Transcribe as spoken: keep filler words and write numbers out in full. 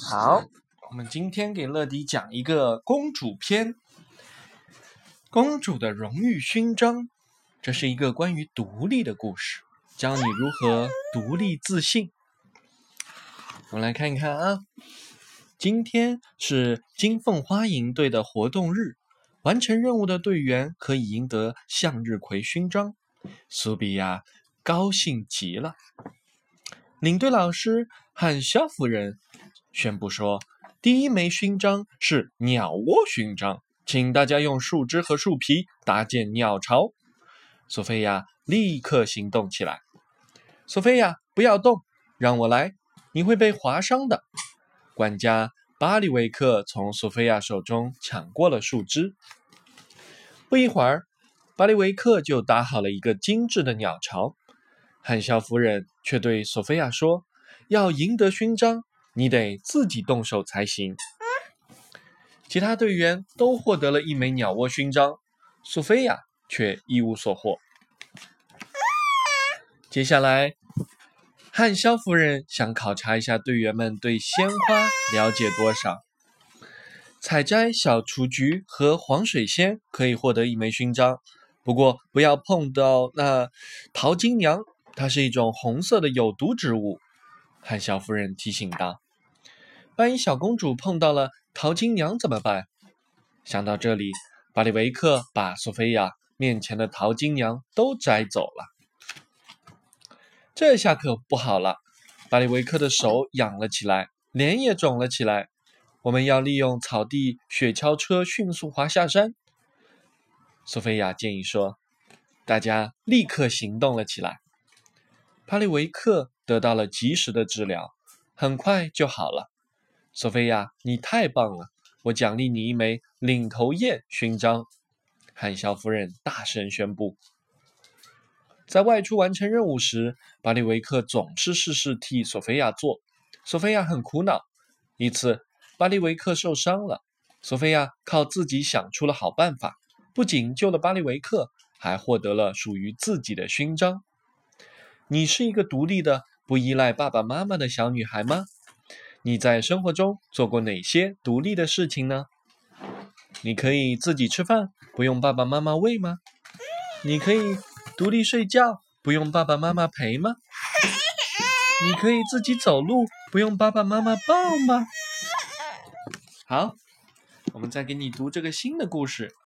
好，我们今天给乐迪讲一个公主篇。公主的荣誉勋章，这是一个关于独立的故事，教你如何独立自信。我们来看一看啊，今天是金凤花营队的活动日，完成任务的队员可以赢得向日葵勋章。苏比亚高兴极了。领队老师和肖夫人宣布说，第一枚勋章是鸟窝勋章，请大家用树枝和树皮搭建鸟巢。索菲亚立刻行动起来。索菲亚，不要动，让我来，你会被划伤的。管家巴里维克从索菲亚手中抢过了树枝。不一会儿，巴里维克就搭好了一个精致的鸟巢。汉肖夫人却对索菲亚说，要赢得勋章，你得自己动手才行。其他队员都获得了一枚鸟窝勋章，索菲亚却一无所获。接下来，汉肖夫人想考察一下队员们对鲜花了解多少。采摘小雏菊和黄水仙可以获得一枚勋章，不过不要碰到那桃金娘，它是一种红色的有毒植物。汉肖夫人提醒道，万一小公主碰到了桃金娘怎么办？想到这里，巴里维克把索菲亚面前的桃金娘都摘走了。这下可不好了，巴里维克的手痒了起来，脸也肿了起来。我们要利用草地雪橇车迅速滑下山。索菲亚建议说，大家立刻行动了起来。巴里维克得到了及时的治疗，很快就好了。索菲亚，你太棒了，我奖励你一枚领头雁勋章。汉肖夫人大声宣布。在外出完成任务时，巴里维克总是事事替索菲亚做，索菲亚很苦恼。一次，巴里维克受伤了，索菲亚靠自己想出了好办法，不仅救了巴里维克，还获得了属于自己的勋章。你是一个独立的、不依赖爸爸妈妈的小女孩吗？你在生活中做过哪些独立的事情呢？你可以自己吃饭，不用爸爸妈妈喂吗？你可以独立睡觉，不用爸爸妈妈陪吗？你可以自己走路，不用爸爸妈妈抱吗？好，我们再给你读这个新的故事，